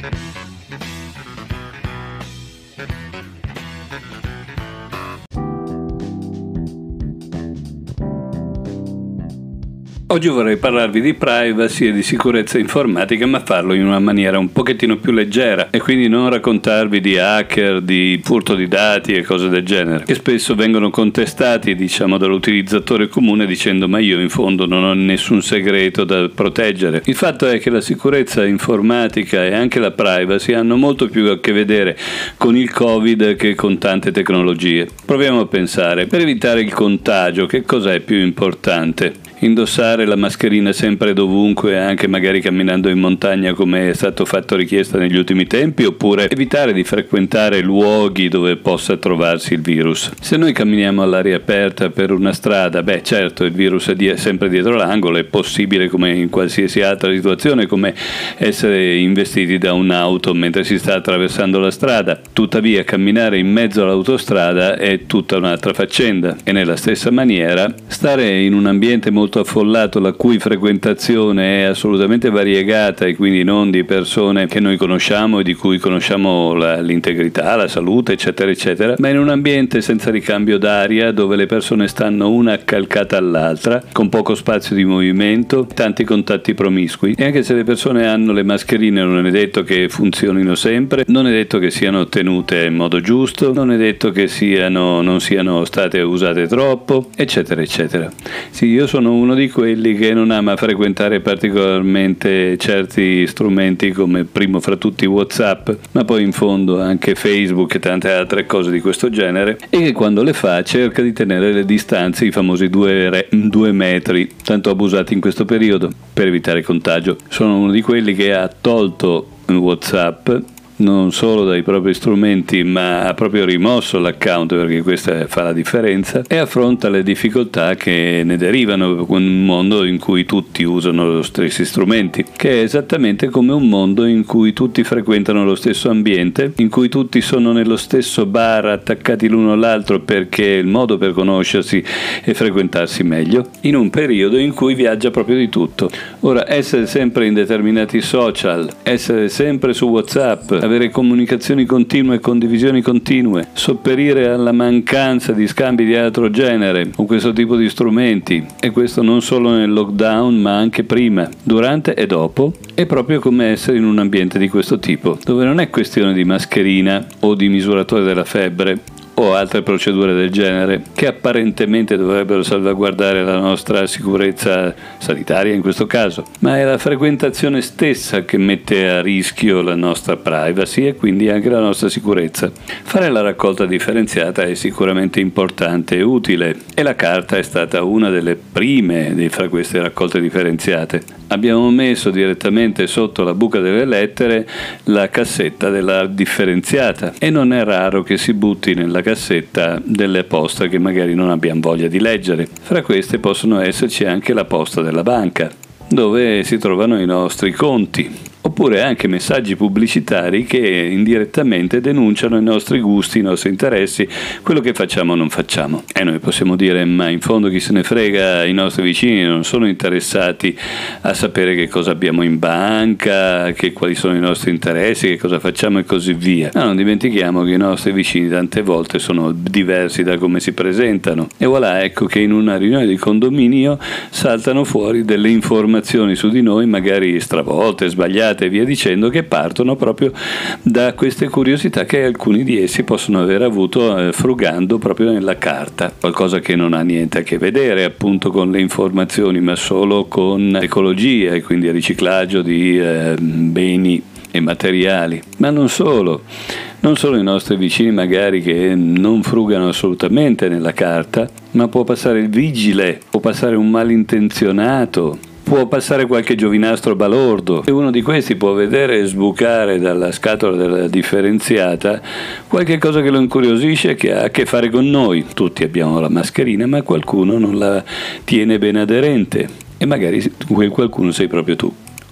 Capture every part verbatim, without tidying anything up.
Oggi vorrei parlarvi di privacy e di sicurezza informatica, ma farlo in una maniera un pochettino più leggera e quindi non raccontarvi di hacker, di furto di dati e cose del genere, che spesso vengono contestati, diciamo, dall'utilizzatore comune dicendo ma io in fondo non ho nessun segreto da proteggere. Il fatto è che la sicurezza informatica e anche la privacy hanno molto più a che vedere con il Covid che con tante tecnologie. Proviamo a pensare, per evitare il contagio, che cosa è più importante? Indossare la mascherina sempre e dovunque, anche magari camminando in montagna come è stato fatto richiesta negli ultimi tempi, oppure evitare di frequentare luoghi dove possa trovarsi il virus? Se noi camminiamo all'aria aperta per una strada, beh certo il virus è die- sempre dietro l'angolo, è possibile come in qualsiasi altra situazione, come essere investiti da un'auto mentre si sta attraversando la strada. Tuttavia camminare in mezzo all'autostrada è tutta un'altra faccenda e nella stessa maniera stare in un ambiente molto affollato la cui frequentazione è assolutamente variegata e quindi non di persone che noi conosciamo e di cui conosciamo la, l'integrità, la salute eccetera eccetera, ma in un ambiente senza ricambio d'aria dove le persone stanno una accalcata all'altra con poco spazio di movimento, tanti contatti promiscui, e anche se le persone hanno le mascherine non è detto che funzionino sempre, non è detto che siano tenute in modo giusto, non è detto che siano non siano state usate troppo eccetera eccetera. Sì, io sono uno di quelli che non ama frequentare particolarmente certi strumenti come primo fra tutti WhatsApp, ma poi in fondo anche Facebook e tante altre cose di questo genere, e che quando le fa cerca di tenere le distanze, i famosi due, re, due metri, tanto abusati in questo periodo per evitare contagio. Sono uno di quelli che ha tolto WhatsApp non solo dai propri strumenti, ma ha proprio rimosso l'account, perché questa fa la differenza, e affronta le difficoltà che ne derivano con un mondo in cui tutti usano lo stessi strumenti, che è esattamente come un mondo in cui tutti frequentano lo stesso ambiente, in cui tutti sono nello stesso bar attaccati l'uno all'altro perché è il modo per conoscersi e frequentarsi meglio, in un periodo in cui viaggia proprio di tutto. Ora, essere sempre in determinati social, essere sempre su WhatsApp, avere comunicazioni continue e condivisioni continue, sopperire alla mancanza di scambi di altro genere con questo tipo di strumenti, e questo non solo nel lockdown ma anche prima, durante e dopo, è proprio come essere in un ambiente di questo tipo, dove non è questione di mascherina o di misuratore della febbre o altre procedure del genere che apparentemente dovrebbero salvaguardare la nostra sicurezza sanitaria in questo caso, ma è la frequentazione stessa che mette a rischio la nostra privacy e quindi anche la nostra sicurezza. Fare la raccolta differenziata è sicuramente importante e utile, e la carta è stata una delle prime di fra queste raccolte differenziate. Abbiamo messo direttamente sotto la buca delle lettere la cassetta della differenziata, e non è raro che si butti nella cassetta delle poste che magari non abbiamo voglia di leggere. Fra queste possono esserci anche la posta della banca, dove si trovano i nostri conti, oppure anche messaggi pubblicitari che indirettamente denunciano i nostri gusti, i nostri interessi, quello che facciamo o non facciamo. E noi possiamo dire ma in fondo chi se ne frega, i nostri vicini non sono interessati a sapere che cosa abbiamo in banca, che quali sono i nostri interessi, che cosa facciamo e così via. Ma non dimentichiamo che i nostri vicini tante volte sono diversi da come si presentano, e voilà, ecco che in una riunione di condominio saltano fuori delle informazioni su di noi magari stravolte, sbagliate e via dicendo, che partono proprio da queste curiosità che alcuni di essi possono aver avuto eh, frugando proprio nella carta, qualcosa che non ha niente a che vedere appunto con le informazioni, ma solo con ecologia e quindi riciclaggio di eh, beni e materiali. Ma non solo, non solo i nostri vicini magari che non frugano assolutamente nella carta, ma può passare il vigile, può passare un malintenzionato, può passare qualche giovinastro balordo, e uno di questi può vedere sbucare dalla scatola della differenziata qualche cosa che lo incuriosisce, che ha a che fare con noi. Tutti abbiamo la mascherina, ma qualcuno non la tiene ben aderente, e magari quel qualcuno sei proprio tu.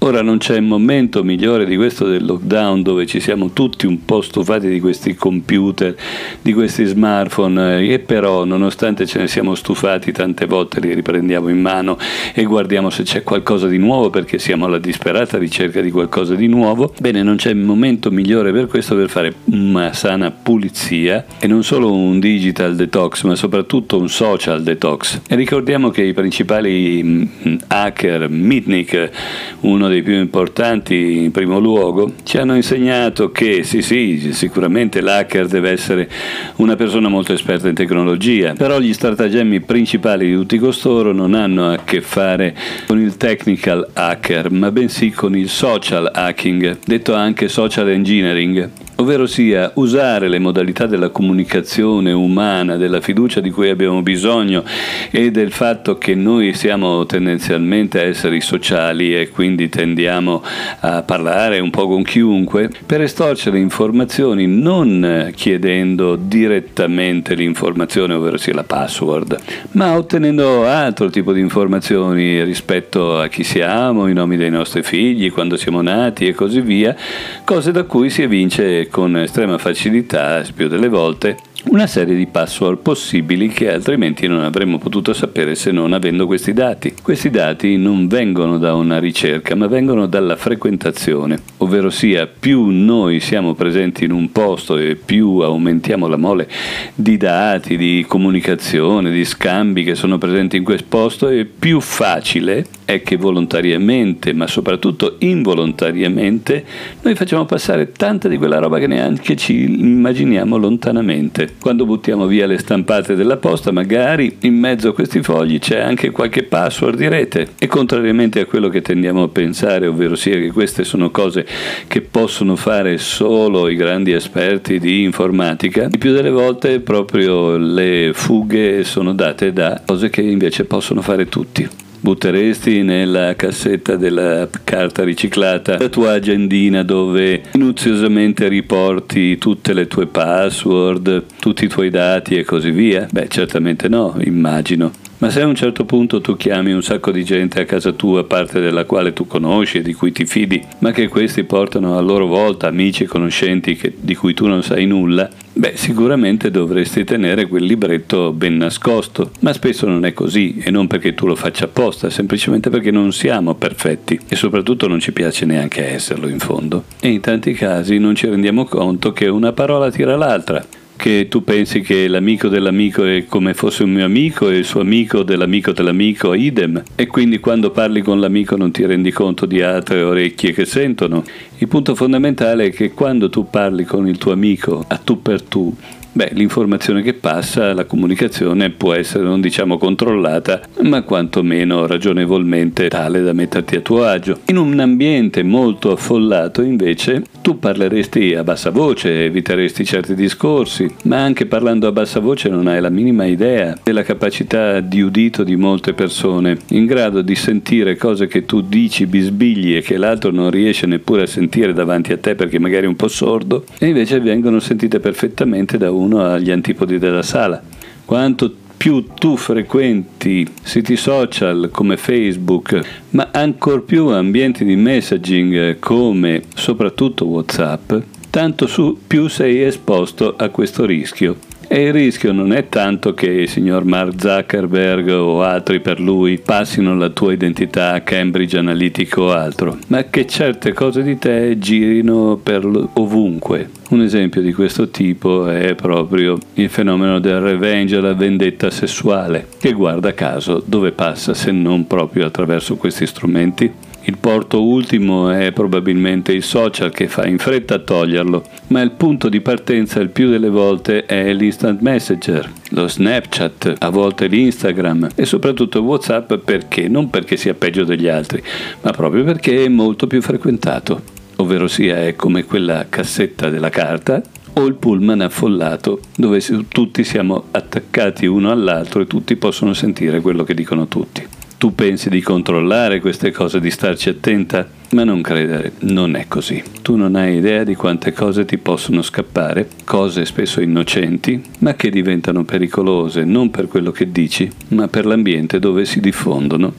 Ora non c'è momento migliore di questo del lockdown, dove ci siamo tutti un po' stufati di questi computer, di questi smartphone, e però nonostante ce ne siamo stufati tante volte li riprendiamo in mano e guardiamo se c'è qualcosa di nuovo, perché siamo alla disperata ricerca di qualcosa di nuovo. Bene, non c'è momento migliore per questo, per fare una sana pulizia, e non solo un digital detox ma soprattutto un social detox. E ricordiamo che i principali hacker, Mitnick, uno dei più importanti in primo luogo, ci hanno insegnato che sì sì, sicuramente l'hacker deve essere una persona molto esperta in tecnologia, però gli stratagemmi principali di tutti costoro non hanno a che fare con il technical hacker, ma bensì con il social hacking, detto anche social engineering, ovvero sia usare le modalità della comunicazione umana, della fiducia di cui abbiamo bisogno e del fatto che noi siamo tendenzialmente esseri sociali e quindi tendiamo a parlare un po' con chiunque, per estorcere informazioni, non chiedendo direttamente l'informazione, ovvero sia la password, ma ottenendo altro tipo di informazioni rispetto a chi siamo, i nomi dei nostri figli, quando siamo nati e così via, cose da cui si evince con estrema facilità, più delle volte, una serie di password possibili che altrimenti non avremmo potuto sapere se non avendo questi dati. Questi dati non vengono da una ricerca, ma vengono dalla frequentazione, ovvero sia più noi siamo presenti in un posto e più aumentiamo la mole di dati, di comunicazione, di scambi che sono presenti in quel posto, e più facile è che volontariamente, ma soprattutto involontariamente, noi facciamo passare tanta di quella roba che neanche ci immaginiamo lontanamente. Quando buttiamo via le stampate della posta, magari in mezzo a questi fogli c'è anche qualche password di rete, e contrariamente a quello che tendiamo a pensare, ovvero sia che queste sono cose che possono fare solo i grandi esperti di informatica, il più delle volte proprio le fughe sono date da cose che invece possono fare tutti. Butteresti nella cassetta della carta riciclata la tua agendina dove minuziosamente riporti tutte le tue password, tutti i tuoi dati e così via? Beh, certamente no, immagino. Ma se a un certo punto tu chiami un sacco di gente a casa tua, parte della quale tu conosci e di cui ti fidi, ma che questi portano a loro volta amici e conoscenti che, di cui tu non sai nulla, beh, sicuramente dovresti tenere quel libretto ben nascosto. Ma spesso non è così, e non perché tu lo faccia apposta, semplicemente perché non siamo perfetti e soprattutto non ci piace neanche esserlo in fondo. E in tanti casi non ci rendiamo conto che una parola tira l'altra, che tu pensi che l'amico dell'amico è come fosse un mio amico e il suo amico dell'amico dell'amico idem, e quindi quando parli con l'amico non ti rendi conto di altre orecchie che sentono. Il punto fondamentale è che quando tu parli con il tuo amico a tu per tu, beh, l'informazione che passa, la comunicazione può essere non diciamo controllata, ma quantomeno ragionevolmente tale da metterti a tuo agio. In un ambiente molto affollato, invece, tu parleresti a bassa voce, eviteresti certi discorsi, ma anche parlando a bassa voce non hai la minima idea della capacità di udito di molte persone, in grado di sentire cose che tu dici, bisbigli, e che l'altro non riesce neppure a sentire davanti a te perché magari è un po' sordo, e invece vengono sentite perfettamente da uno agli antipodi della sala. Quanto più tu frequenti siti social come Facebook, ma ancor più ambienti di messaging come soprattutto WhatsApp, tanto su più sei esposto a questo rischio. E il rischio non è tanto che il signor Mark Zuckerberg o altri per lui passino la tua identità a Cambridge Analytica o altro, ma che certe cose di te girino per ovunque. Un esempio di questo tipo è proprio il fenomeno del revenge, la vendetta sessuale, che guarda caso dove passa se non proprio attraverso questi strumenti. Il porto ultimo è probabilmente il social, che fa in fretta a toglierlo, ma il punto di partenza il più delle volte è l'instant messenger, lo Snapchat, a volte l'Instagram e soprattutto il WhatsApp. Perché? Non perché sia peggio degli altri, ma proprio perché è molto più frequentato, ovvero sia è come quella cassetta della carta o il pullman affollato dove tutti siamo attaccati uno all'altro e tutti possono sentire quello che dicono tutti. Tu pensi di controllare queste cose, di starci attenta? Ma non credere, non è così. Tu non hai idea di quante cose ti possono scappare, cose spesso innocenti, ma che diventano pericolose non per quello che dici, ma per l'ambiente dove si diffondono.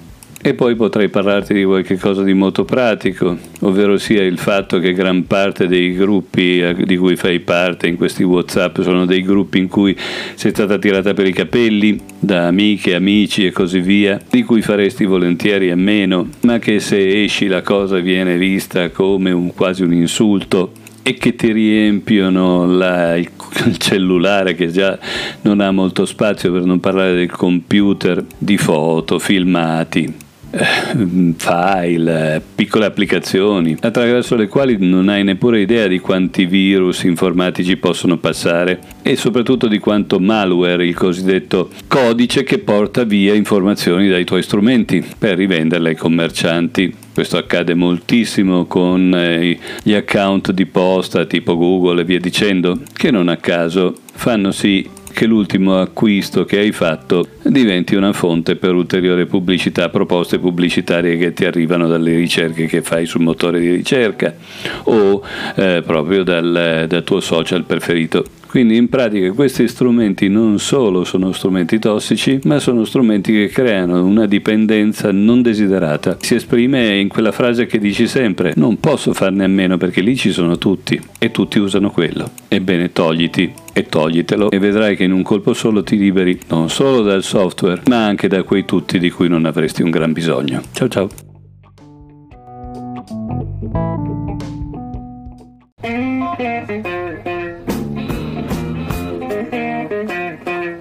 E poi potrei parlarti di qualche cosa di molto pratico, ovvero sia il fatto che gran parte dei gruppi di cui fai parte in questi WhatsApp sono dei gruppi in cui sei stata tirata per i capelli da amiche, amici e così via, di cui faresti volentieri a meno, ma che se esci la cosa viene vista come un, quasi un insulto, e che ti riempiono la, il, il cellulare, che già non ha molto spazio, per non parlare del computer, di foto, filmati, file, piccole applicazioni attraverso le quali non hai neppure idea di quanti virus informatici possono passare e soprattutto di quanto malware, il cosiddetto codice che porta via informazioni dai tuoi strumenti per rivenderle ai commercianti. Questo accade moltissimo con eh, gli account di posta tipo Google e via dicendo, che non a caso fanno sì che l'ultimo acquisto che hai fatto diventi una fonte per ulteriore pubblicità, proposte pubblicitarie che ti arrivano dalle ricerche che fai sul motore di ricerca o eh, proprio dal, dal tuo social preferito. Quindi in pratica questi strumenti non solo sono strumenti tossici, ma sono strumenti che creano una dipendenza non desiderata. Si esprime in quella frase che dici sempre: non posso farne a meno perché lì ci sono tutti e tutti usano quello. Ebbene, togliti e toglitelo e vedrai che in un colpo solo ti liberi non solo dal software, ma anche da quei tutti di cui non avresti un gran bisogno. Ciao ciao. Thank you.